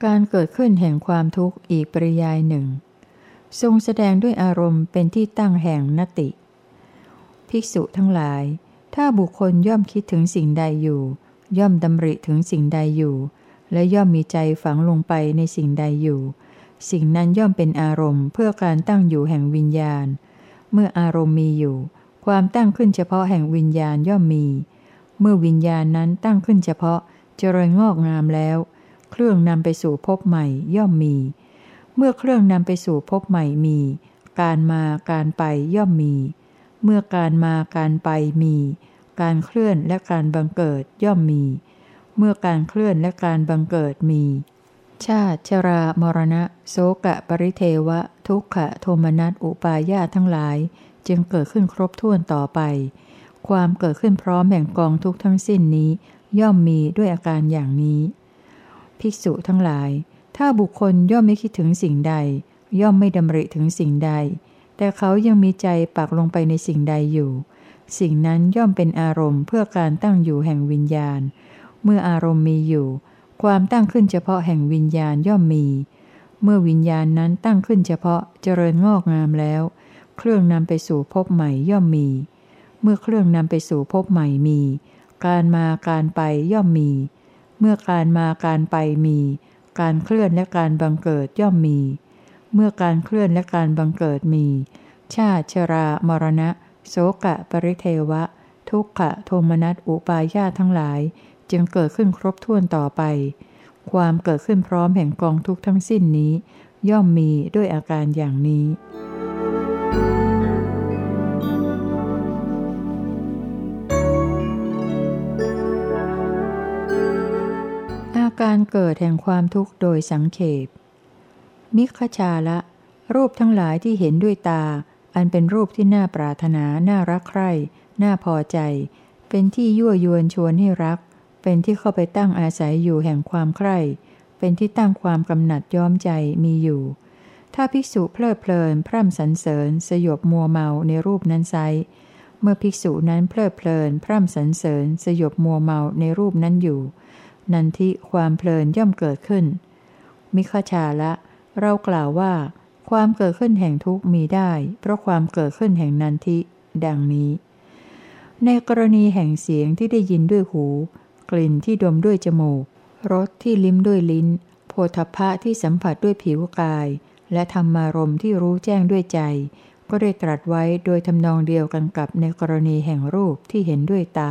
การเกิดขึ้นแห่งความทุกข์อีกปริยายหนึ่งทรงแสดงด้วยอารมณ์เป็นที่ตั้งแห่งนติภิกษุทั้งหลายถ้าบุคคลย่อมคิดถึงสิ่งใดอยู่ย่อมดำริถึงสิ่งใดอยู่และย่อมมีใจฝังลงไปในสิ่งใดอยู่สิ่งนั้นย่อมเป็นอารมณ์เพื่อการตั้งอยู่แห่งวิญญาณเมื่ออารมณ์มีอยู่ความตั้งขึ้นเฉพาะแห่งวิญญาณย่อมมีเมื่อวิญญาณนั้นตั้งขึ้นเฉพาะเจริญงอกงามแล้วเครื่องนำไปสู่ภพใหม่ย่อมมีเมื่อเครื่องนำไปสู่ภพใหม่มีการมาการไปย่อมมีเมื่อการมาการไปมีการเคลื่อนและการบังเกิดย่อมมีเมื่อการเคลื่อนและการบังเกิดมีชาติชรามรณะโสกะปริเทวะทุกขโทมนัสอุปาญาตทั้งหลายจึงเกิดขึ้นครบถ้วนต่อไปความเกิดขึ้นพร้อมแห่งกองทุกข์ทั้งสิ้นนี้ย่อมมีด้วยอาการอย่างนี้ภิกษุทั้งหลายถ้าบุคคลย่อมไม่คิดถึงสิ่งใดย่อมไม่ดำริถึงสิ่งใดแต่เขายังมีใจปักลงไปในสิ่งใดอยู่สิ่งนั้นย่อมเป็นอารมณ์เพื่อการตั้งอยู่แห่งวิญญาณเมื่ออารมณ์มีอยู่ความตั้งขึ้นเฉพาะแห่งวิญญาณย่อมมีเมื่อวิญญาณนั้นตั้งขึ้นเฉพาะเจริญงอกงามแล้วเครื่องนำไปสู่ภพใหม่ย่อมมีเมื่อเครื่องนำไปสู่ภพใหม่มีการมาการไปย่อมมีเมื่อการมาการไปมีการเคลื่อนและการบังเกิดย่อมมีเมื่อการเคลื่อนและการบังเกิดมีชาติชรามรณะโสกะปริเทวะทุกขโทมนัสอุปาญาตทั้งหลายจึงเกิดขึ้นครบถ้วนต่อไปความเกิดขึ้นพร้อมแห่งกองทุกข์ทั้งสิ้นนี้ย่อมมีด้วยอาการอย่างนี้อาการเกิดแห่งความทุกข์โดยสังเขปมิคชาละรูปทั้งหลายที่เห็นด้วยตาอันเป็นรูปที่น่าปรารถนาน่ารักใคร่น่าพอใจเป็นที่ยั่วยวนชวนให้รักเป็นที่เข้าไปตั้งอาศัยอยู่แห่งความใคร่เป็นที่ตั้งความกำหนัดย้อมใจมีอยู่ถ้าภิกษุเพลิดเพลินพร่ำสรรเสริญสยบมัวเมาในรูปนั้นไซเมื่อภิกษุนั้นเพลิดเพลินพร่ำสรรเสริญสยบมัวเมาในรูปนั้นอยู่นันทิความเพลินย่อมเกิดขึ้นมิคชาละเรากล่าวว่าความเกิดขึ้นแห่งทุกข์มีได้เพราะความเกิดขึ้นแห่งนันทิดังนี้ในกรณีแห่งเสียงที่ได้ยินด้วยหูกลิ่นที่ดมด้วยจมูกรสที่ลิ้มด้วยลิ้นโผฏฐัพพะที่สัมผัสด้วยผิวกายและธรรมารมณ์ที่รู้แจ้งด้วยใจก็ได้ตรัสไว้โดยทำนองเดียวกันกับในกรณีแห่งรูปที่เห็นด้วยตา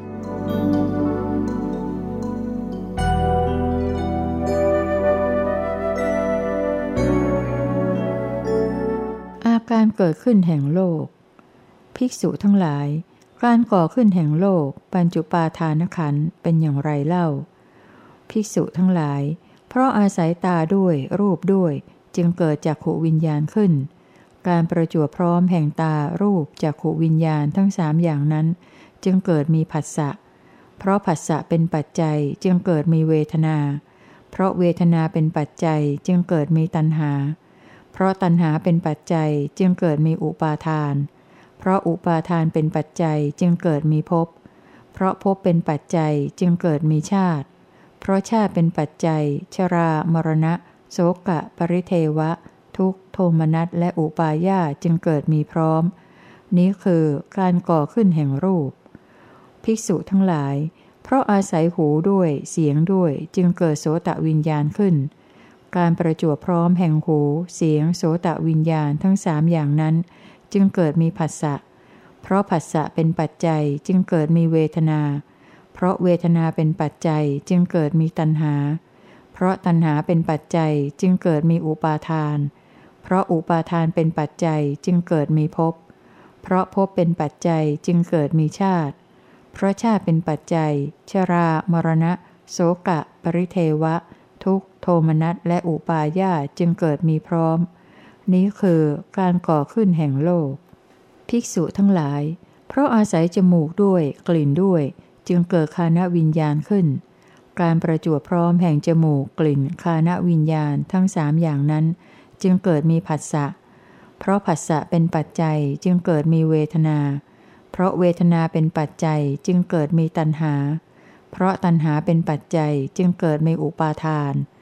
อาการเกิดขึ้นแห่งโลกภิกษุทั้งหลายการก่อขึ้นแห่งโลกปัญจุปาทานขันธ์เป็นอย่างไรเล่าภิกษุทั้งหลายเพราะอาศัยตาด้วยรูปด้วยจึงเกิดจักขุวิญญาณขึ้นการประจวบพร้อมแห่งตารูปจักขุวิญญาณทั้งสามอย่างนั้นจึงเกิดมีผัสสะเพราะผัสสะเป็นปัจจัยจึงเกิดมีเวทนาเพราะเวทนาเป็นปัจจัยจึงเกิดมีตัณหาเพราะตัณหาเป็นปัจจัยจึงเกิดมีอุปาทานเพราะอุปาทานเป็นปัจจัยจึงเกิดมีภพเพราะภพเป็นปัจจัยจึงเกิดมีชาติเพราะชาติเป็นปัจจัยชรามรณะโสกะปริเทวะทุกขโทมนัสและอุปาญาตจึงเกิดมีพร้อมนี้คือการก่อขึ้นแห่งรูปภิกษุทั้งหลายเพราะอาศัยหูด้วยเสียงด้วยจึงเกิดโสตวิญญาณขึ้นการประจวบพร้อมแห่งหูเสียงโสตวิญญาณทั้งสามอย่างนั้นจึงเกิดมีผัสสะเพราะผัสสะเป็นปัจจัยจึงเกิดมีเวทนาเพราะเวทนาเป็นปัจจัยจึงเกิดมีตัณหาเพราะตัณหาเป็นปัจจัยจึงเกิดมีอุปาทานเพราะอุปาทานเป็นปัจจัยจึงเกิดมีภพเพราะภพเป็นปัจจัยจึงเกิดมีชาติเพราะชาติเป็นปัจจัยชรามรณะโสกะปริเทวะทุกขโทมนัสและอุปาญาตจึงเกิดมีพร้อมนี้คือการก่อขึ้นแห่งโลกภิกษุทั้งหลายเพราะอาศัยจมูกด้วยกลิ่นด้วยจึงเกิดฆานวิญญาณขึ้นการประจวบพร้อมแห่งจมูกกลิ่นฆานวิญญาณทั้งสามอย่างนั้นจึงเกิดมีผัสสะเพราะผัสสะเป็นปัจจัยจึงเกิดมีเวทนาเพราะเวทนาเป็นปัจจัยจึงเกิดมีตัณหาเพราะตัณหาเป็นปัจจัยจึงเกิดมีอุปาทาน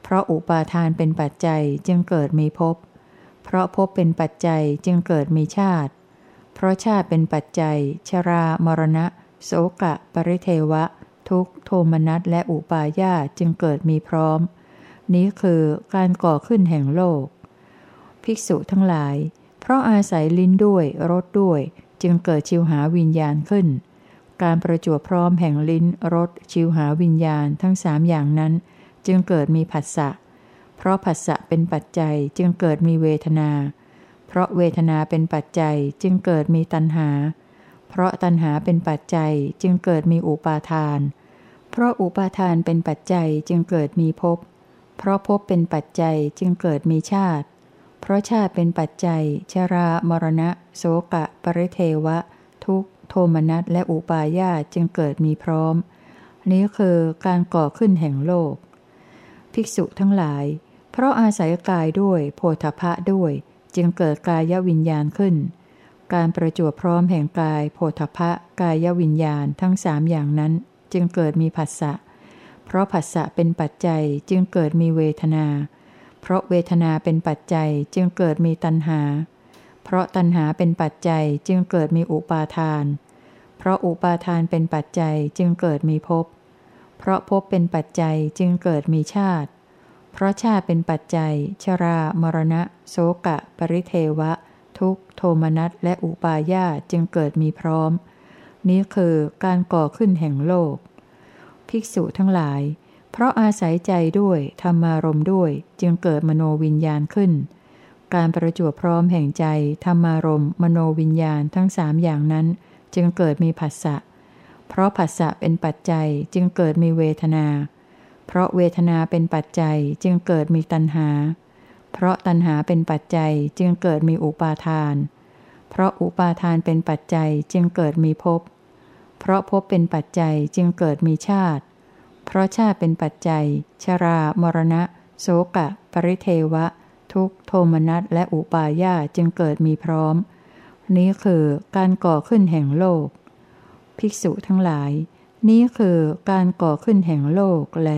เพราะอุปาทานเป็นปัจจัยจึงเกิดมีภพเพราะภพเป็นปัจจัยจึงเกิดมีชาติเพราะชาติเป็นปัจจัยชรามรณะโสกะปริเทวะทุกข์โทมนัสและอุปาญาสจึงเกิดมีพร้อมนี้คือการก่อขึ้นแห่งโลกภิกษุทั้งหลายเพราะอาศัยลิ้นด้วยรสด้วยจึงเกิดชิวหาวิญญาณขึ้นการประจวบพร้อมแห่งลิ้นรสชิวหาวิญญาณทั้งสามอย่างนั้นจึงเกิดมีผัสสะเพราะผัสสะเป็นปัจจัยจึงเกิดมีเวทนาเพราะเวทนาเป็นปัจจัยจึงเกิดมีตัณหาเพราะตัณหาเป็นปัจจัยจึงเกิดมีอุปาทานเพราะอุปาทานเป็นปัจจัยจึงเกิดมีภพเพราะภพเป็นปัจจัยจึงเกิดมีชาติเพราะชาติเป็นปัจจัยชรามรณะโสกะปริเทวะทุกข์โทมนัสและอุปาญาสจึงเกิดมีพร้อมนี้คือการก่อขึ้นแห่งโลกภิกษุทั้งหลายเพราะอาศัยกายด้วยโพธพะด้วยจึงเกิดกายวิญญาณขึ้นการประจวบพร้อมแห่งกายโพธพะกายวิญญาณทั้งสามอย่างนั้นจึงเกิดมีผัสสะเพราะผัสสะเป็นปัจจัยจึงเกิดมีเวทนาเพราะเวทนาเป็นปัจจัยจึงเกิดมีตัณหาเพราะตัณหาเป็นปัจจัยจึงเกิดมีอุปาทานเพราะอุปาทานเป็นปัจจัยจึงเกิดมีภพเพราะภพเป็นปัจจัยจึงเกิดมีชาติเพราะชาติเป็นปัจจัยชรามรณะโสกะปริเทวะทุกข์โทมนัสและอุปาญาสจึงเกิดมีพร้อมนี้คือการก่อขึ้นแห่งโลกภิกษุทั้งหลายเพราะอาศัยใจด้วยธรรมารมณ์ด้วยจึงเกิดมโนวิญญาณขึ้นการประจวบพร้อมแห่งใจธรรมารมณ์มโนวิญญาณทั้งสามอย่างนั้นจึงเกิดมีผัสสะเพราะผัสสะเป็นปัจจัยจึงเกิดมีเวทนาเพราะเวทนาเป็นปัจจัยจึงเกิดมีตัณหาเพราะตัณหาเป็นปัจจัยจึงเกิดมีอุปาทานเพราะอุปาทานเป็นปัจจัยจึงเกิดมีภพเพราะภพเป็นปัจจัยจึงเกิดมีชาติเพราะชาติเป็นปัจจัยชรามรณะโสกะปริเทวะทุกข์โทมนัสและอุปาญาสจึงเกิดมีพร้อมนี้คือการก่อขึ้นแห่งโลกภิกษุทั้งหลายนี้คือการก่อขึ้นแห่งโลกแล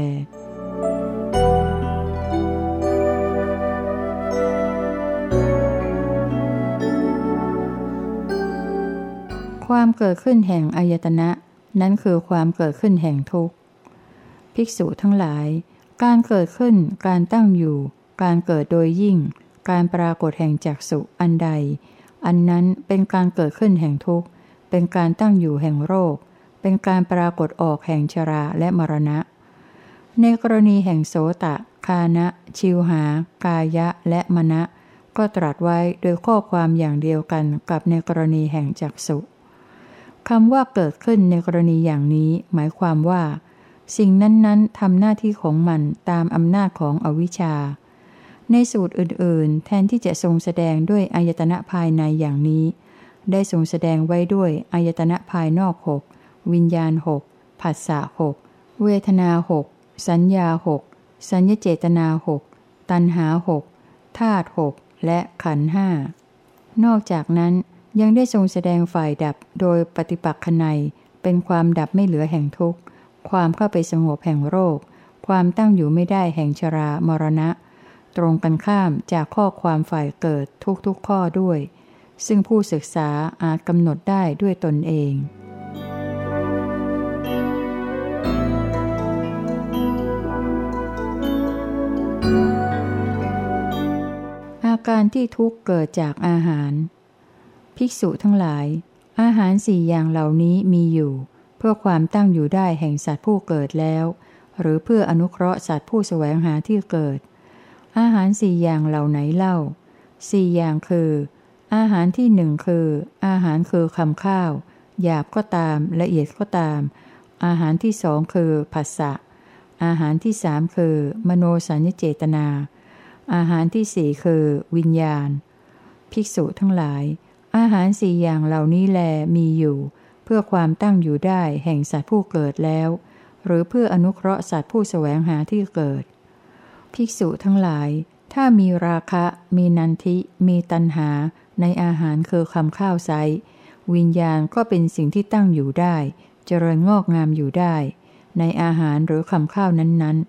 ความเกิดขึ้นแห่งอายตนะนั้นคือความเกิดขึ้นแห่งทุกข์ภิกษุทั้งหลายการเกิดขึ้นการตั้งอยู่การเกิดโดยยิ่งการปรากฏแห่งจักษุอันใดอันนั้นเป็นการเกิดขึ้นแห่งทุกข์เป็นการตั้งอยู่แห่งโรคเป็นการปรากฏออกแห่งชราและมรณะในกรณีแห่งโสตะคานะชิวหากายะและมนะก็ตรัสไว้โดยข้อความอย่างเดียวกันกับในกรณีแห่งจักษุคำว่าเกิดขึ้นในกรณีอย่างนี้หมายความว่าสิ่งนั้นๆทำหน้าที่ของมันตามอำนาจของอวิชชาในสูตรอื่นๆแทนที่จะทรงแสดงด้วยอายตนะภายในอย่างนี้ได้ทรงแสดงไว้ด้วยอายตนะภายนอกหกวิญญาณหกผัสสะหกเวทนาหกสัญญาหกสัญญเจตนาหกตัณหาหกธาตุหกและขันธ์ห้านอกจากนั้นยังได้ทรงแสดงฝ่ายดับโดยปฏิปักขนัยเป็นความดับไม่เหลือแห่งทุกข์ความเข้าไปสงบแห่งโรคความตั้งอยู่ไม่ได้แห่งชรามรณะตรงกันข้ามจากข้อความฝ่ายเกิดทุกข้อด้วยซึ่งผู้ศึกษาอาจกำหนดได้ด้วยตนเองอาการที่ทุกข์เกิดจากอาหารภิกษุทั้งหลายอาหารสี่อย่างเหล่านี้มีอยู่เพื่อความตั้งอยู่ได้แห่งสัตว์ผู้เกิดแล้วหรือเพื่ออนุเคราะห์สัตว์ผู้แสวงหาที่เกิดอาหารสี่อย่างเหล่าไหนเล่าสี่อย่างคืออาหารที่หนึ่งคืออาหารคือคำข้าวหยาบก็ตามละเอียดก็ตามอาหารที่สองคือผัสสะอาหารที่สามคือมโนสัญญเจตนาอาหารที่สี่คือวิญญาณภิกษุทั้งหลายอาหารสี่อย่างเหล่านี้แลมีอยู่เพื่อความตั้งอยู่ได้แห่งสัตว์ผู้เกิดแล้วหรือเพื่ออนุเคราะห์สัตว์ผู้แสวงหาที่เกิดภิกษุทั้งหลายถ้ามีราคะมีนันทิมีตัณหาในอาหารคือคำข้าวไซวิญญาณก็เป็นสิ่งที่ตั้งอยู่ได้เจริญงอกงามอยู่ได้ในอาหารหรือคำข้าวนั้น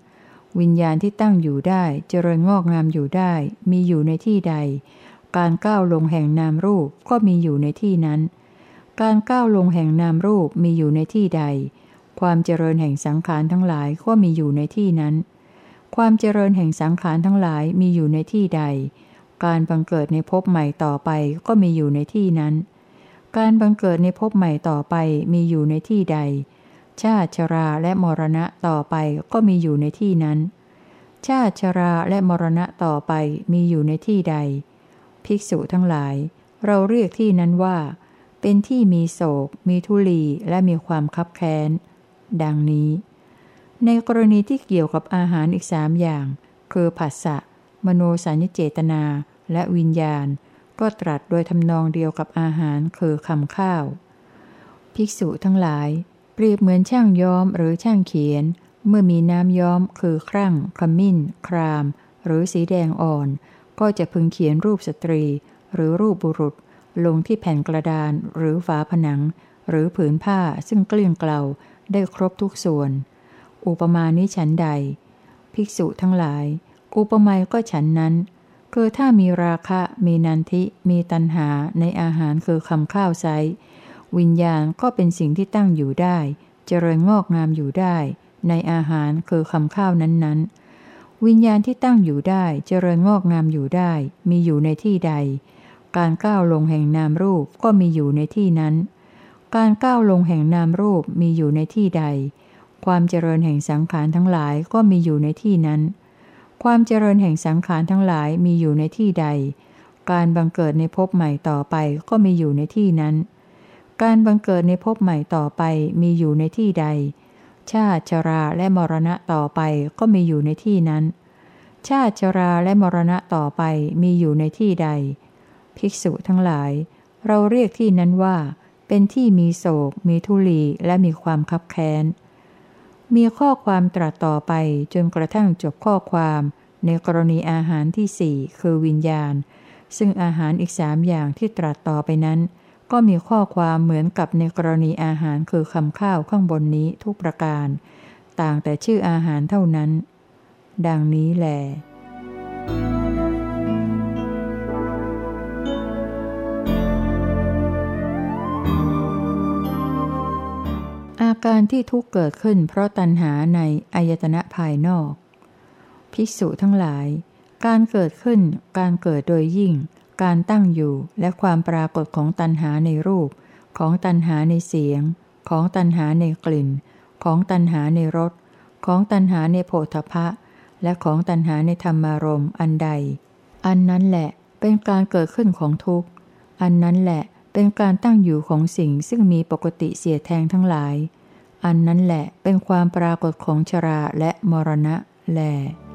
วิญญาณที่ตั้งอยู่ได้เจริญงอกงามอยู่ได้มีอยู่ในที่ใดการก้าวลงแห่งนามรูปก็มีอยู่ในที่นั้นการก้าวลงแห่งนามรูปมีอยู่ในที่ใดความเจริญแห่งสังขารทั้งหลายก็มีอยู่ในที่นั้นความเจริญแห่งสังขารทั้งหลายมีอยู่ในที่ใดการบังเกิดในภพใหม่ต่อไปก็มีอยู่ในที่นั้นการบังเกิดในภพใหม่ต่อไปมีอยู่ในที่ใดชาติชราและมรณะต่อไปก็มีอยู่ในที่นั้นชาติชราและมรณะต่อไปมีอยู่ในที่ใดภิกษุทั้งหลายเราเรียกที่นั้นว่าเป็นที่มีโศกมีทุลีและมีความคับแค้นดังนี้ในกรณีที่เกี่ยวกับอาหารอีกสามอย่างคือผัสสะมโนสัญญเจตนาและวิญญาณก็ตรัสโดยทำนองเดียวกับอาหารคือคำข้าวภิกษุทั้งหลายเปรียบเหมือนช่างย้อมหรือช่างเขียนเมื่อมีน้ำย้อมคือครั่งขมิ้นครามหรือสีแดงอ่อนก็จะพึงเขียนรูปสตรีหรือรูปบุรุษลงที่แผ่นกระดานหรือฝาผนังหรือผืนผ้าซึ่งเกลี้ยงเกลาได้ครบทุกส่วนอุปมานี้ฉันใดภิกษุทั้งหลายอุปมาก็ฉันนั้นคือถ้ามีราคะมีนันทิมีตัณหาในอาหารคือคำข้าวไซวิญญาณก็เป็นสิ่งที่ตั้งอยู่ได้เจริญงอกงามอยู่ได้ในอาหารคือคำข้าวนั้นๆวิญญาณที่ตั้งอยู่ได้เจริญงอกงามอยู่ได้มีอยู่ในที่ใดการก้าวลงแห่งนามรูปก็มีอยู่ในที่นั้นการก้าวลงแห่งนามรูปมีอยู่ในที่ใดความเจริญแห่งสังขารทั้งหลายก็มีอยู่ในที่นั้นความเจริญแห่งสังขารทั้งหลายมีอยู่ในที่ใดการบังเกิดในภพใหม่ต่อไปก็มีอยู่ในที่นั้นการบังเกิดในภพใหม่ต่อไปมีอยู่ในที่ใดชาติชราและมรณะต่อไปก็มีอยู่ในที่นั้นชาติชราและมรณะต่อไปมีอยู่ในที่ใดภิกษุทั้งหลายเราเรียกที่นั้นว่าเป็นที่มีโศกมีทุลีและมีความคับแค้นมีข้อความตรัสต่อไปจนกระทั่งจบข้อความในกรณีอาหารที่สี่คือวิญญาณซึ่งอาหารอีกสามอย่างที่ตรัสต่อไปนั้นก็มีข้อความเหมือนกับในกรณีอาหารคือคำข้าวข้างบนนี้ทุกประการต่างแต่ชื่ออาหารเท่านั้นดังนี้แลอาการที่ทุกข์เกิดขึ้นเพราะตัณหาในอายตนะภายนอกภิกษุทั้งหลายการเกิดขึ้นการเกิดโดยยิ่งการตั้งอยู่และความปรากฏของตัณหาในรูปของตัณหาในเสียงของตัณหาในกลิ่นของตัณหาในรสของตัณหาในโผฏฐัพพะและของตัณหาในธรรมารมณ์อันใดอันนั้นแหละเป็นการเกิดขึ้นของทุกข์อันนั้นแหละเป็นการตั้งอยู่ของสิ่งซึ่งมีปกติเสียแทงทั้งหลายอันนั้นแหละเป็นความปรากฏของชราและมรณะแล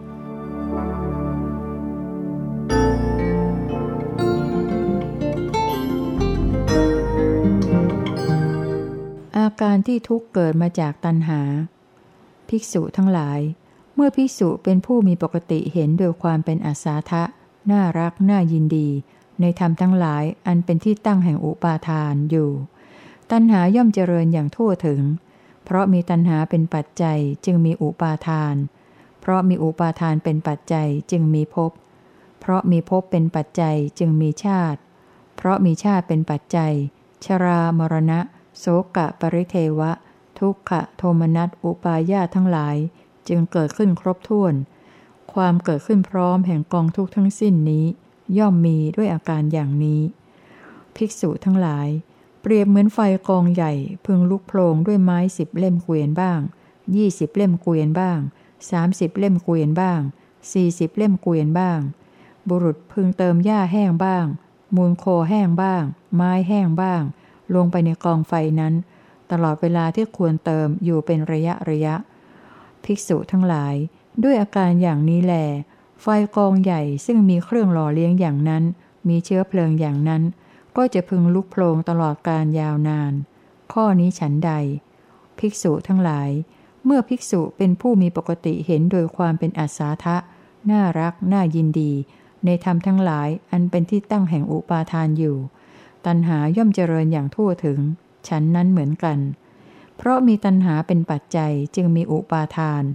อาการที่ทุกข์เกิดมาจากตัณหาภิกษุทั้งหลายเมื่อภิกษุเป็นผู้มีปกติเห็นโดยความเป็นอาสาทะน่ารักน่ายินดีในธรรมทั้งหลายอันเป็นที่ตั้งแห่งอุปาทานอยู่ตัณหาย่อมเจริญอย่างทั่วถึงเพราะมีตัณหาเป็นปัจจัยจึงมีอุปาทานเพราะมีอุปาทานเป็นปัจจัยจึงมีภพเพราะมีภพเป็นปัจจัยจึงมีชาติเพราะมีชาติเป็นปัจจัยชรามรณะโสกะปริเทวะทุกขะโทมนัสอุปาญาตทั้งหลายจึงเกิดขึ้นครบถ้วนความเกิดขึ้นพร้อมแห่งกองทุกข์ทั้งสิ้นนี้ย่อมมีด้วยอาการอย่างนี้ภิกษุทั้งหลายเปรียบเหมือนไฟกองใหญ่พึงลุกโพลงด้วยไม้10 เล่มเกวียนบ้าง20 เล่มเกวียนบ้าง30 เล่มเกวียนบ้าง40 เล่มเกวียนบ้างบุรุษพึงเติมหญ้าแห้งบ้างมูลโคแห้งบ้างไม้แห้งบ้างลงไปในกองไฟนั้นตลอดเวลาที่ควรเติมอยู่เป็นระยะภิกษุทั้งหลายด้วยอาการอย่างนี้แลไฟกองใหญ่ซึ่งมีเครื่องหล่อเลี้ยงอย่างนั้นมีเชื้อเพลิงอย่างนั้นก็จะพึงลุกโผลงตลอดกาลยาวนานข้อนี้ฉันใดภิกษุทั้งหลายเมื่อภิกษุเป็นผู้มีปกติเห็นโดยความเป็นอาสาทะน่ารักน่ายินดีในธรรมทั้งหลายอันเป็นที่ตั้งแห่งอุปาทานอยู่ตัณหาย่อมเจริญอย่างทั่วถึงฉันนั้นเหมือนกันเพราะมีตัณหาเป็นปัจจัยจึงมีอุปาทาน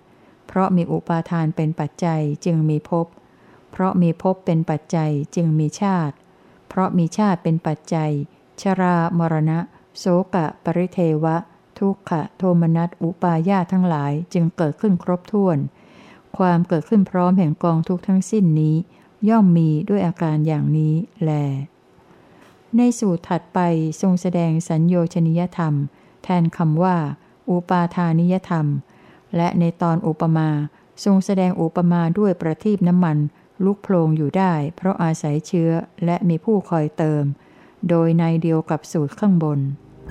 เพราะมีอุปาทานเป็นปัจจัยจึงมีภพเพราะมีภพเป็นปัจจัยจึงมีชาติเพราะมีชาติเป็นปัจจัยชรามรณะโสกะปริเทวะทุกขโทมนัสอุปาญาตทั้งหลายจึงเกิดขึ้นครบถ้วนความเกิดขึ้นพร้อมแห่งกองทุกข์ทั้งสิ้นนี้ย่อมมีด้วยอาการอย่างนี้แลในสูตรถัดไปทรงแสดงสัญโยชนิยธรรมแทนคำว่าอุปาทานิยธรรมและในตอนอุปมาทรงแสดงอุปมาด้วยประทีปน้ำมันลุกโผลงอยู่ได้เพราะอาศัยเชื้อและมีผู้คอยเติมโดยในเดียวกับสูตรข้างบน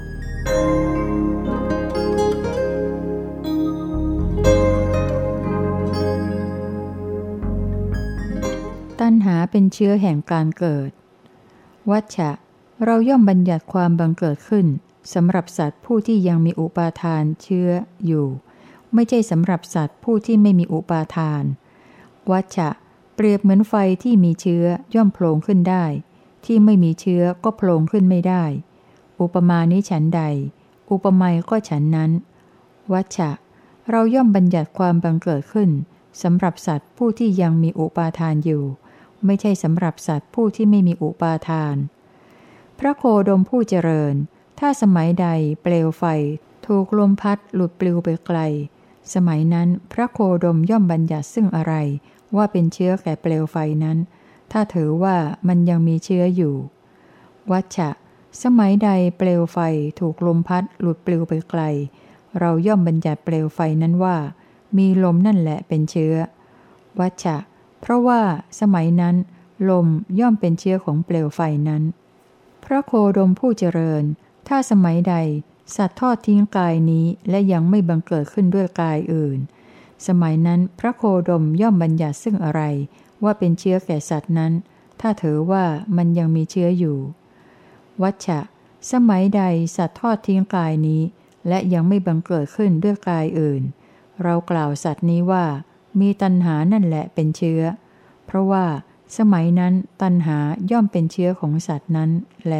ตัณหาเป็นเชื้อแห่งการเกิดวัชชะเราย่อมบัญญัติความบังเกิดขึ้นสำหรับสัตว์ผู้ที่ยังมีอุปาทานเชื้ออยู่ไม่ใช่สำหรับสัตว์ผู้ที่ไม่มีอุปาทานวัชชะเปรียบเหมือนไฟที่มีเชื้อย่อมโผล่ขึ้นได้ที่ไม่มีเชื้อก็โผล่ขึ้นไม่ได้อุปมานี้ฉันใดอุปไมยก็ฉันนั้นวัชชะเราย่อมบัญญัติความบังเกิดขึ้นสำหรับสัตว์ผู้ที่ยังมีอุปาทานอยู่ไม่ใช่สำหรับสัตว์ผู้ที่ไม่มีอุปาทานพระโคดมผู้เจริญถ้าสมัยใดเปลวไฟถูกลมพัดหลุดปลิวไปไกลสมัยนั้นพระโคดมย่อมบัญญัติซึ่งอะไรว่าเป็นเชื้อแก่เปลวไฟนั้นถ้าถือว่ามันยังมีเชื้ออยู่วัชชะสมัยใดเปลวไฟถูกลมพัดหลุดปลิวไปไกลเราย่อมบัญญัติเปลวไฟนั้นว่ามีลมนั่นแหละเป็นเชื้อวัชชะเพราะว่าสมัยนั้นลมย่อมเป็นเชื้อของเปลวไฟนั้นพระโคดมผู้เจริญถ้าสมัยใดสัตว์ทอดทิ้งกายนี้และยังไม่บังเกิดขึ้นด้วยกายอื่นสมัยนั้นพระโคดมย่อมบัญญัติซึ่งอะไรว่าเป็นเชื้อแก่สัตว์นั้นถ้าถือว่ามันยังมีเชื้ออยู่วัชชะสมัยใดสัตว์ทอดทิ้งกายนี้และยังไม่บังเกิดขึ้นด้วยกายอื่นเรากล่าวสัตว์นี้ว่ามีตัณหานั่นแหละเป็นเชื้อเพราะว่าสมัยนั้นตัณหาย่อมเป็นเชื้อของสัตว์นั้นแล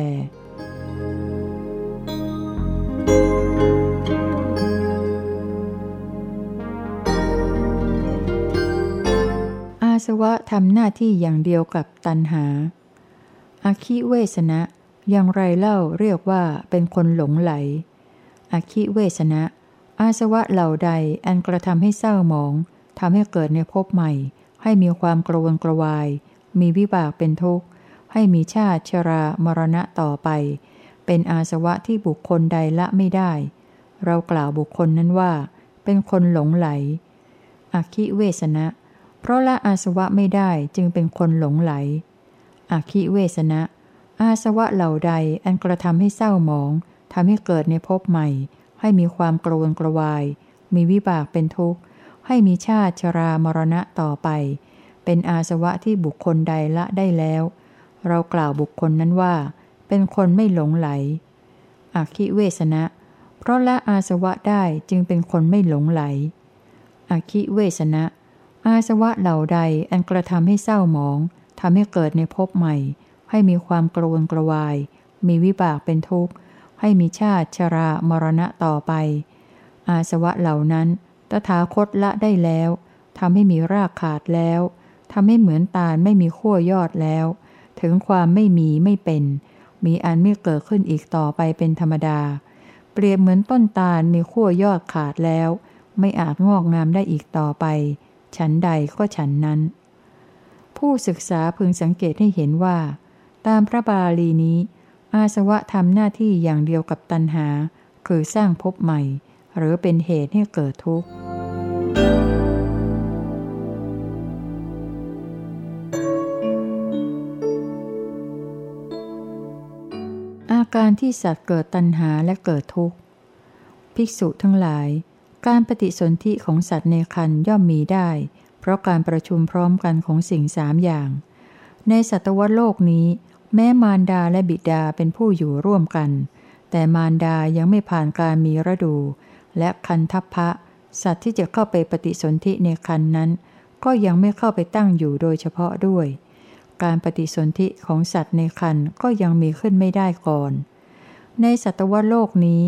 อาสวะทำหน้าที่อย่างเดียวกับตัณหาอคิเวสนะอย่างไรเล่าเรียกว่าเป็นคนหลงไหลอคิเวสนะอาสวะเหล่าใดอันกระทำให้เศร้าหมองทำให้เกิดในภพใหม่ให้มีความกระวนกระวายมีวิบากเป็นทุกข์ให้มีชาติชรามรณะต่อไปเป็นอาสวะที่บุคคลใดละไม่ได้เรากล่าวบุคคลนั้นว่าเป็นคนหลงไหลอคิเวสนะเพราะละอาสวะไม่ได้จึงเป็นคนหลงไหลอคิเวสนะอาสวะเหล่าใดอันกระทำให้เศร้าหมองทำให้เกิดในภพใหม่ให้มีความกระวนกระวายมีวิบากเป็นทุกข์ให้มีชาติชรามรณะต่อไปเป็นอาสวะที่บุคคลใดละได้แล้วเรากล่าวบุคคลนั้นว่าเป็นคนไม่หลงไหลอคิเวสนะเพราะละอาสวะได้จึงเป็นคนไม่หลงไหลอคิเวสนะอาสวะเหล่าใดอันกระทำให้เศร้าหมองทำให้เกิดในภพใหม่ให้มีความกระวนกระวายมีวิบากเป็นทุกข์ให้มีชาติชรามรณะต่อไปอาสวะเหล่านั้นตถาคตละได้แล้วทำให้มีรากขาดแล้วทำให้เหมือนตาลไม่มีขั้วยอดแล้วถึงความไม่มีไม่เป็นมีอันไม่เกิดขึ้นอีกต่อไปเป็นธรรมดาเปรียบเหมือนต้นตาลมีขั้วยอดขาดแล้วไม่อาจงอกงามได้อีกต่อไปฉันใดก็ฉันนั้นผู้ศึกษาพึงสังเกตให้เห็นว่าตามพระบาลีนี้อาสวะทำหน้าที่อย่างเดียวกับตัณหาคือสร้างภพใหม่หรือเป็นเหตุให้เกิดทุกข์อาการที่สัตว์เกิดตัณหาและเกิดทุกข์ภิกษุทั้งหลายการปฏิสนธิของสัตว์ในครรภ์ย่อมมีได้เพราะการประชุมพร้อมกันของสิ่งสามอย่างในสัตวโลกนี้แม้มารดาและบิดาเป็นผู้อยู่ร่วมกันแต่มารดายังไม่ผ่านการมีฤดูและคันทัพพะสัตว์ที่จะเข้าไปปฏิสนธิในครรภ์นั้นก็ยังไม่เข้าไปตั้งอยู่โดยเฉพาะด้วยการปฏิสนธิของสัตว์ในครรภ์ก็ยังมีขึ้นไม่ได้ก่อนในสัตวโลกนี้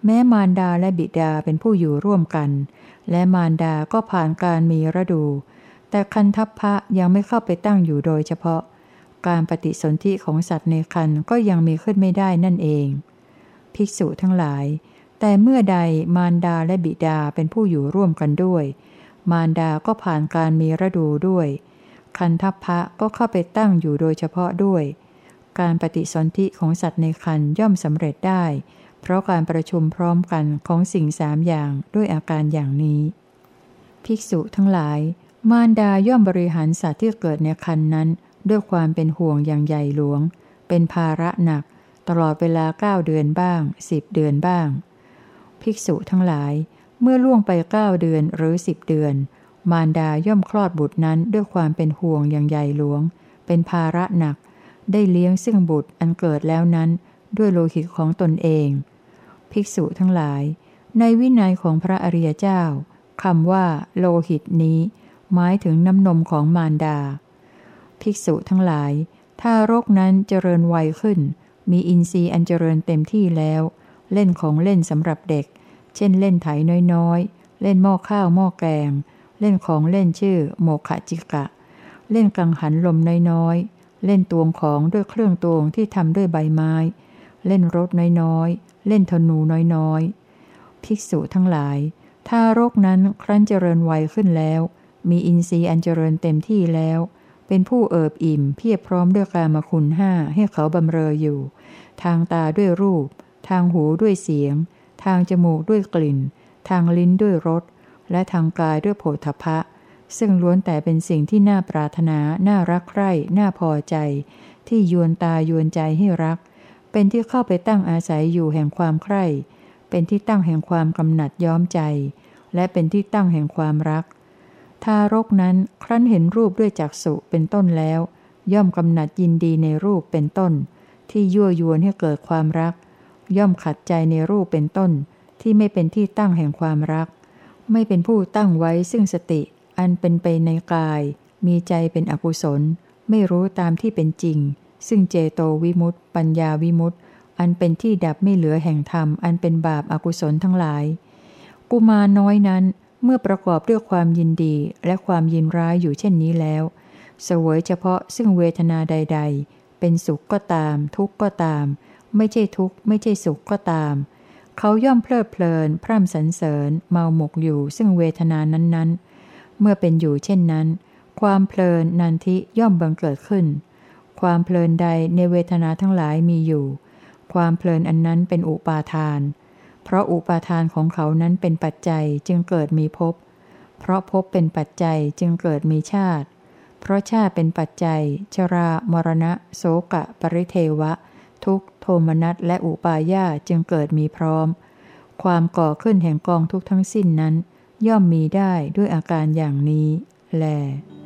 แม้มารดาและบิดาเป็นผู้อยู่ร่วมกันและมารดาก็ผ่านการมีฤดูแต่คันทัพพะยังไม่เข้าไปตั้งอยู่โดยเฉพาะการปฏิสนธิของสัตว์ในครรภ์ก็ยังมีขึ้นไม่ได้นั่นเองภิกษุทั้งหลายแต่เมื่อใดมารดาและบิดาเป็นผู้อยู่ร่วมกันด้วยมารดาก็ผ่านการมีฤดูด้วยคันทัพพะก็เข้าไปตั้งอยู่โดยเฉพาะด้วยการปฏิสนธิของสัตว์ในครรภ์ย่อมสำเร็จได้เพราะการประชุมพร้อมกันของสิ่งสามอย่างด้วยอาการอย่างนี้ภิกษุทั้งหลายมารดาย่อมบริหารสัตว์ที่เกิดในครรภ์นั้นด้วยความเป็นห่วงอย่างใหญ่หลวงเป็นภาระหนักตลอดเวลา9 เดือนบ้าง10 เดือนบ้างภิกษุทั้งหลายเมื่อล่วงไป9 เดือนหรือ10 เดือนมารดาย่อมคลอดบุตรนั้นด้วยความเป็นห่วงอย่างใหญ่หลวงเป็นภาระหนักได้เลี้ยงซึ่งบุตรอันเกิดแล้วนั้นด้วยโลหิตของตนเองภิกษุทั้งหลายในวินัยของพระอริยเจ้าคำว่าโลหิตนี้หมายถึงน้ำนมของมารดาภิกษุทั้งหลายถ้ารกนั้นเจริญวัยขึ้นมีอินทรีย์อันเจริญเต็มที่แล้วเล่นของเล่นสำหรับเด็กเช่นเล่นไถน้อยๆเล่นหม้อข้าวหม้อแกงเล่นของเล่นชื่อโมขจิกะเล่นกังหันลมน้อยๆเล่นตวงของด้วยเครื่องตวงที่ทำด้วยใบไม้เล่นรถน้อยๆเล่นธนูน้อยๆภิกษุทั้งหลายถ้ารกนั้นครั้นเจริญวัยขึ้นแล้วมีอินทรีย์อันเจริญเต็มที่แล้วเป็นผู้เอิบอิ่มเพียบพร้อมด้วยกามคุณห้าให้เขาบำเรออยู่ทางตาด้วยรูปทางหูด้วยเสียงทางจมูกด้วยกลิ่นทางลิ้นด้วยรสและทางกายด้วยโผฏฐัพพะซึ่งล้วนแต่เป็นสิ่งที่น่าปรารถนาน่ารักใคร่น่าพอใจที่ยวนตายวนใจให้รักเป็นที่เข้าไปตั้งอาศัยอยู่แห่งความใคร่เป็นที่ตั้งแห่งความกำหนัดย้อมใจและเป็นที่ตั้งแห่งความรักทารกนั้นครั้นเห็นรูปด้วยจักษุเป็นต้นแล้วย่อมกำหนัดยินดีในรูปเป็นต้นที่ยั่วยวนให้เกิดความรักย่อมขัดใจในรูปเป็นต้นที่ไม่เป็นที่ตั้งแห่งความรักไม่เป็นผู้ตั้งไว้ซึ่งสติอันเป็นไปในกายมีใจเป็นอกุศลไม่รู้ตามที่เป็นจริงซึ่งเจโตวิมุตติปัญญาวิมุตติอันเป็นที่ดับไม่เหลือแห่งธรรมอันเป็นบาปอกุศลทั้งหลายกุมารน้อยนั้นเมื่อประกอบด้วยความยินดีและความยินร้ายอยู่เช่นนี้แล้วเสวยเฉพาะซึ่งเวทนาใดๆเป็นสุขก็ตามทุกข์ก็ตามไม่ใช่ทุกข์ไม่ใช่สุขก็ตามเขาย่อมเพลิดเพลินพร่ำสรรเสริญเมาหมกอยู่ซึ่งเวทนานั้นๆเมื่อเป็นอยู่เช่นนั้นความเพลินนันทิย่อมบังเกิดขึ้นความเพลินใดในเวทนาทั้งหลายมีอยู่ความเพลินอันนั้นเป็นอุปาทานเพราะอุปาทานของเขานั้นเป็นปัจจัยจึงเกิดมีภพเพราะภพเป็นปัจจัยจึงเกิดมีชาติเพราะชาติเป็นปัจจัยชรามรณะโสกะปริเทวะทุกข์โทมนัสและอุปาญาสจึงเกิดมีพร้อมความก่อขึ้นแห่งกองทุกข์ทั้งสิ้นนั้นย่อมมีได้ด้วยอาการอย่างนี้แล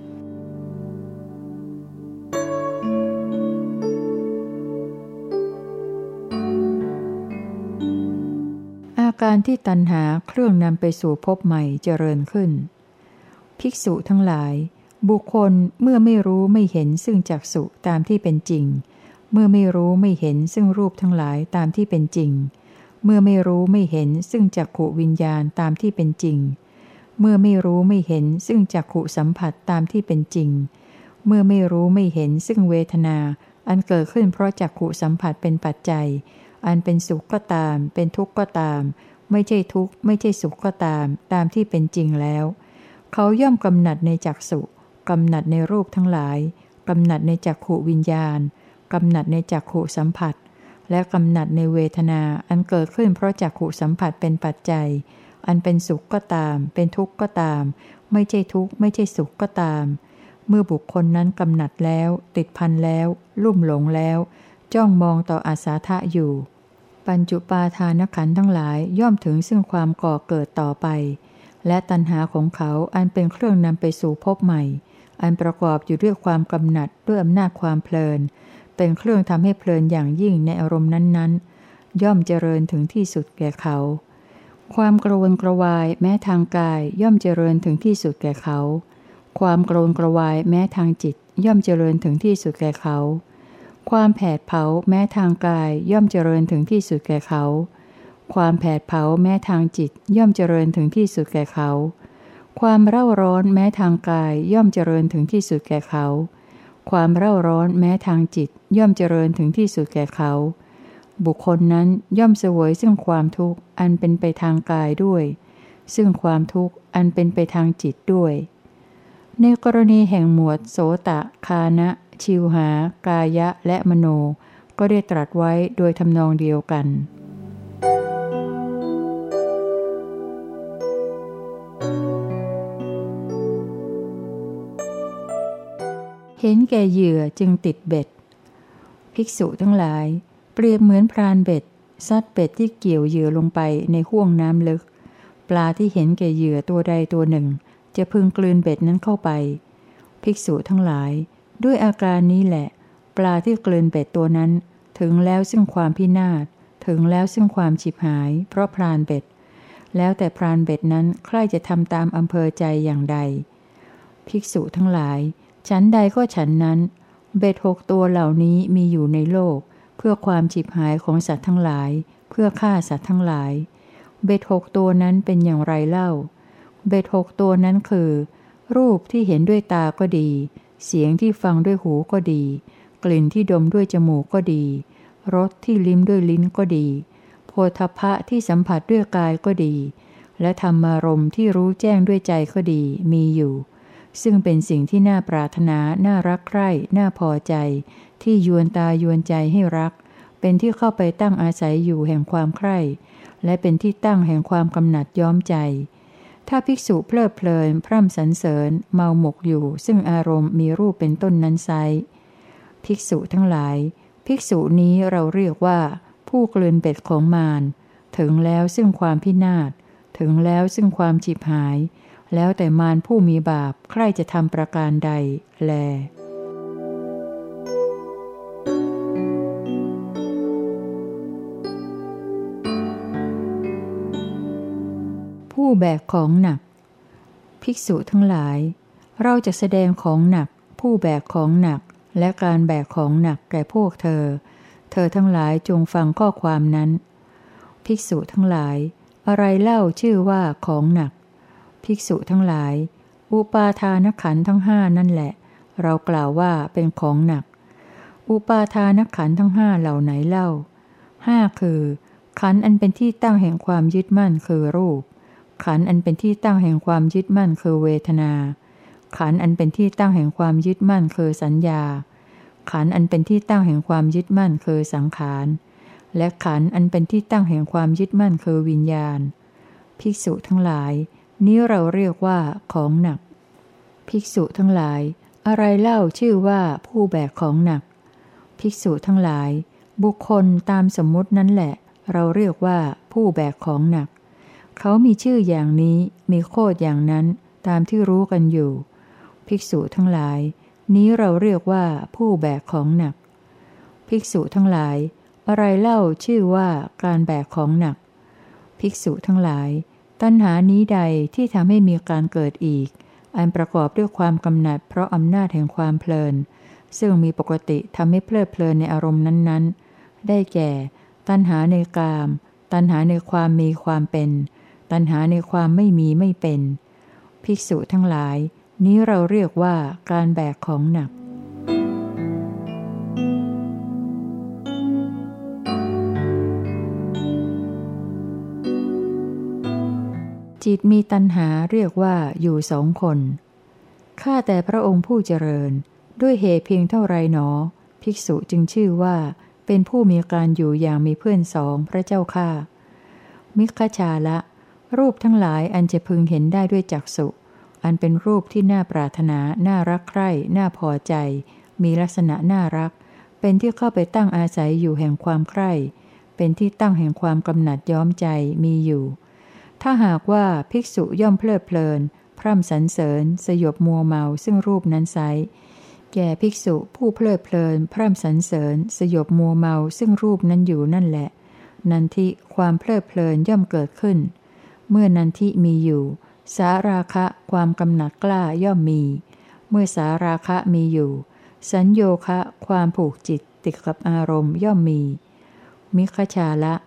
อาการที่ตัณหาเครื่องนำไปสู่ภพใหม่เจริญขึ้นภิกษุทั้งหลายบุคคลเมื่อไม่รู้ไม่เห็นซึ่งจักษุตามที่เป็นจริงเมื่อไม่รู้ไม่เห็นซึ่งรูปทั้งหลายตามที่เป็นจริงเมื่อไม่รู้ไม่เห็นซึ่งจักขุวิญญาณตามที่เป็นจริงเมื่อไม่รู้ไม่เห็นซึ่งจักขุสัมผัสตามที่เป็นจริงเมื่อไม่รู้ไม่เห็นซึ่งเวทนาอันเกิดขึ้นเพราะจักขุสัมผัสเป็นปัจจัยอันเป็นสุขก็ตามเป็นทุกข์ก็ตามไม่ใช่ทุกข์ไม่ใช่สุขก็ตามตามที่เป็นจริงแล้วเขาย่อมกำหนัดในจักษุกำหนัดในรูปทั้งหลายกำหนัดในจักขุวิญญาณกำหนัดในจักขุสัมผัสและกำหนัดในเวทนาอันเกิดขึ้นเพราะจักขุสัมผัสเป็นปัจจัยอันเป็นสุขก็ตามเป็นทุกข์ก็ตามไม่ใช่ทุกข์ไม่ใช่สุขก็ตามเมื่อบุคคลนั้นกำหนัดแล้วติดพันแล้วลุ่มหลงแล้วจ้องมองต่ออาสาทะอยู่ปัญจุปาทานขันธ์ทั้งหลายย่อมถึงซึ่งความก่อเกิดต่อไปและตัณหาของเขาอันเป็นเครื่องนำไปสู่ภพใหม่อันประกอบอยู่ด้วยความกำหนัดด้วยอำนาจความเพลินเป็นเครื่องทำให้เพลินอย่างยิ่งในอารมณ์นั้นๆย่อมเจริญถึงที่สุดแก่เขาความกระวนกระวายแม้ทางกายย่อมเจริญถึงที่สุดแก่เขาความกระวนกระวายแม้ทางจิตย่อมเจริญถึงที่สุดแก่เขาความแผดเผาแม้ทางกายย่อมเจริญถึงที่สุดแก่เขาความแผดเผาแม้ทางจิตย่อมเจริญถึงที่สุดแก่เขาความเร่าร้อนแม้ทางกายย่อมเจริญถึงที่สุดแก่เขาความเร่าร้อนแม้ทางจิตย่อมเจริญถึงที่สุดแก่เขาบุคคลนั้นย่อมเสวยซึ่งความทุกข์อันเป็นไปทางกายด้วยซึ่งความทุกข์อันเป็นไปทางจิตด้วยในกรณีแห่งหมวดโสตะคานะชิวหากายะและมโนก็ได้ตรัสไว้โดยทำนองเดียวกันเห็นแก่เหยื่อจึงติดเบ็ดภิกษุทั้งหลายเปรียบเหมือนพรานเบ็ดซัดเบ็ดที่เกี่ยวเหยื่อลงไปในห้วงน้ำลึกปลาที่เห็นแก่เหยื่อตัวใดตัวหนึ่งจะพึงกลืนเบ็ดนั้นเข้าไปภิกษุทั้งหลายด้วยอาการนี้แหละปลาที่กลืนเบ็ดตัวนั้นถึงแล้วซึ่งความพินาศถึงแล้วซึ่งความฉิบหายเพราะพรานเบ็ดแล้วแต่พรานเบ็ดนั้นใครจะทำตามอำเภอใจอย่างใดภิกษุทั้งหลายฉันใดก็ฉันนั้นเบ็ด6ตัวเหล่านี้มีอยู่ในโลกเพื่อความฉิบหายของสัตว์ทั้งหลายเพื่อฆ่าสัตว์ทั้งหลายเบ็ด6ตัวนั้นเป็นอย่างไรเล่าเบ็ด6ตัวนั้นคือรูปที่เห็นด้วยตาก็ดีเสียงที่ฟังด้วยหูก็ดีกลิ่นที่ดมด้วยจมูกก็ดีรสที่ลิ้มด้วยลิ้นก็ดีโผฏฐัพพะที่สัมผัสด้วยกายก็ดีและธรรมารมณ์ที่รู้แจ้งด้วยใจก็ดีมีอยู่ซึ่งเป็นสิ่งที่น่าปรารถนาน่ารักใคร่น่าพอใจที่ยวนตายวนใจให้รักเป็นที่เข้าไปตั้งอาศัยอยู่แห่งความใคร่และเป็นที่ตั้งแห่งความกำหนัดย้อมใจถ้าภิกษุเพลิดเพลินพร่ำสรรเสริญเมาหมกอยู่ซึ่งอารมณ์มีรูปเป็นต้นนั้นไซร้ภิกษุทั้งหลายภิกษุนี้เราเรียกว่าผู้กลืนเบ็ดของมารถึงแล้วซึ่งความพินาศถึงแล้วซึ่งความฉิบหายแล้วแต่มารผู้มีบาปใครจะทำประการใดแลผู้แบกของหนักภิกษุทั้งหลายเราจะแสดงของหนักผู้แบกของหนักและการแบกของหนักแก่พวกเธอทั้งหลายจงฟังข้อความนั้นภิกษุทั้งหลายอะไรเล่าชื่อว่าของหนักภิกษุทั้งหลายอุปาทานขันธ์ทั้งห้านั่นแหละเรากล่าวว่าเป็นของหนักอุปาทานขันธ์ทั้งห้าเหล่าไหนเล่า5คือขันธ์อันเป็นที่ตั้งแห่งความยึดมั่นคือรูปขันธ์อันเป็นที่ตั้งแห่งความยึดมั่นคือเวทนาขันธ์อันเป็นที่ตั้งแห่งความยึดมั่นคือสัญญาขันธ์อันเป็นที่ตั้งแห่งความยึดมั่นคือสังขารและขันธ์อันเป็นที่ตั้งแห่งความยึดมั่นคือวิญญาณภิกษุทั้งหลายนี้เราเรียกว่าของหนักภิกษุทั้งหลายอะไรเล่าชื่อว่าผู้แบกของหนักภิกษุทั้งหลายบุคคลตามสมมุตินั้นแหละเราเรียกว่าผู้แบกของหนักเขามีชื่ออย่างนี้มีโคดอย่างนั้นตามที่รู้กันอยู่ภิกษุทั้งหลายนี้เราเรียกว่าผู้แบกของหนักภิกษุทั้งหลายอะไรเล่าชื่อว่าการแบกของหนักภิกษุทั้งหลายตัณหานี้ใดที่ทำให้มีการเกิดอีกอันประกอบด้วยความกำหนัดเพราะอำนาจแห่งความเพลินซึ่งมีปกติทำให้เพลิดเพลินในอารมณ์นั้นๆได้แก่ตัณหาในกามตัณหาในความมีความเป็นตัณหาในความไม่มีไม่เป็นภิกษุทั้งหลายนี้เราเรียกว่าการแบกของหนักจิตมีตัณหาเรียกว่าอยู่2 คนข้าแต่พระองค์ผู้เจริญด้วยเหตุเพียงเท่าไรหนอภิกษุจึงชื่อว่าเป็นผู้มีการอยู่อย่างมีเพื่อน2พระเจ้าข้ามิคชาละรูปทั้งหลายอันจะพึงเห็นได้ด้วยจักษุอันเป็นรูปที่น่าปรารถนาน่ารักใคร่น่าพอใจมีลักษณะน่ารักเป็นที่เข้าไปตั้งอาศัยอยู่แห่งความใคร่เป็นที่ตั้งแห่งความกำหนัดย้อมใจมีอยู่ถ้าหากว่าภิกษุย่อมเพลิดเพลินพร่ำสรรเสริญสยบมัวเมาซึ่งรูปนั้นไซร้แก่ภิกษุผู้เพลิดเพลินพร่ำสรรเสริญสยบมัวเมาซึ่งรูปนั้นอยู่นั่นแหละนันทิความเพลิดเพลินย่อมเกิดขึ้นเมื่อนันทิมีอยู่สาราคะความกำหนัดกล้าย่อมมีเมื่อสาราคะมีอยู่สัญโยคะความผูกจิตติดกับอารมณ์ย่อมมีมิคชาละ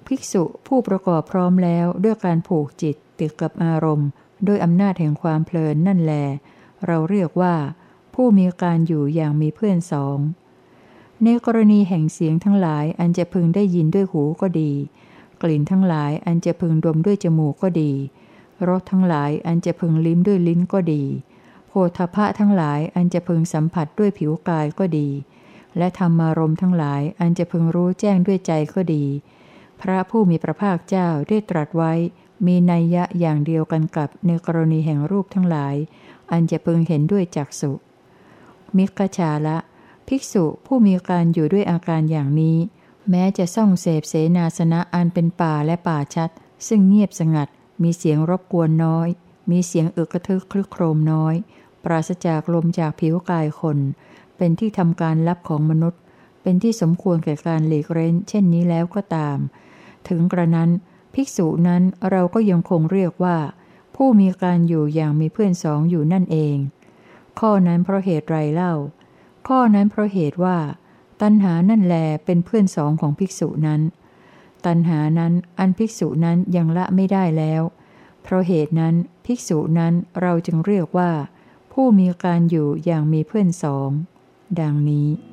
ภิกษุผู้ประกอบพร้อมแล้วด้วยการผูกจิตติดกับอารมณ์ด้วยอำนาจแห่งความเพลินนั่นแลเราเรียกว่าผู้มีการอยู่อย่างมีเพื่อนสองในกรณีแห่งเสียงทั้งหลายอันจะพึงได้ยินด้วยหูก็ดีกลิ่นทั้งหลายอันจะพึงดมด้วยจมูกก็ดีรสทั้งหลายอันจะพึงลิ้มด้วยลิ้นก็ดีโผฏฐัพพะทั้งหลายอันจะพึงสัมผัสด้วยผิวกายก็ดีและธรรมารมณ์ทั้งหลายอันจะพึงรู้แจ้งด้วยใจก็ดีพระผู้มีพระภาคเจ้าได้ตรัสไว้มีนัยยะอย่างเดียวกันกับในกรณีแห่งรูปทั้งหลายอันจะพึงเห็นด้วยจักษุมิคชาละภิกษุผู้มีการอยู่ด้วยอาการอย่างนี้แม้จะส่องเสพเสนาสนะอันเป็นป่าและป่าชัดซึ่งเงียบสงัดมีเสียงรบกวนน้อยมีเสียงอึกกระทึกคลึกโครมน้อยปราศจากลมจากผิวกายคนเป็นที่ทำการลับของมนุษย์เป็นที่สมควรแก่การหลีกเร้นเช่นนี้แล้วก็ตามถึงกระนั้นภิกษุนั้นเราก็ยังคงเรียกว่าผู้มีการอยู่อย่างมีเพื่อนสองอยู่นั่นเองข้อนั้นเพราะเหตุไรเล่าข้อนั้นเพราะเหตุว่าตัณหานั่นแลเป็นเพื่อนสองของภิกษุนั้นตัณหานั้นอันภิกษุนั้นยังละไม่ได้แล้วเพราะเหตุนั้นภิกษุนั้นเราจึงเรียกว่าผู้มีการอยู่อย่างมีเพื่อนสองดังนี้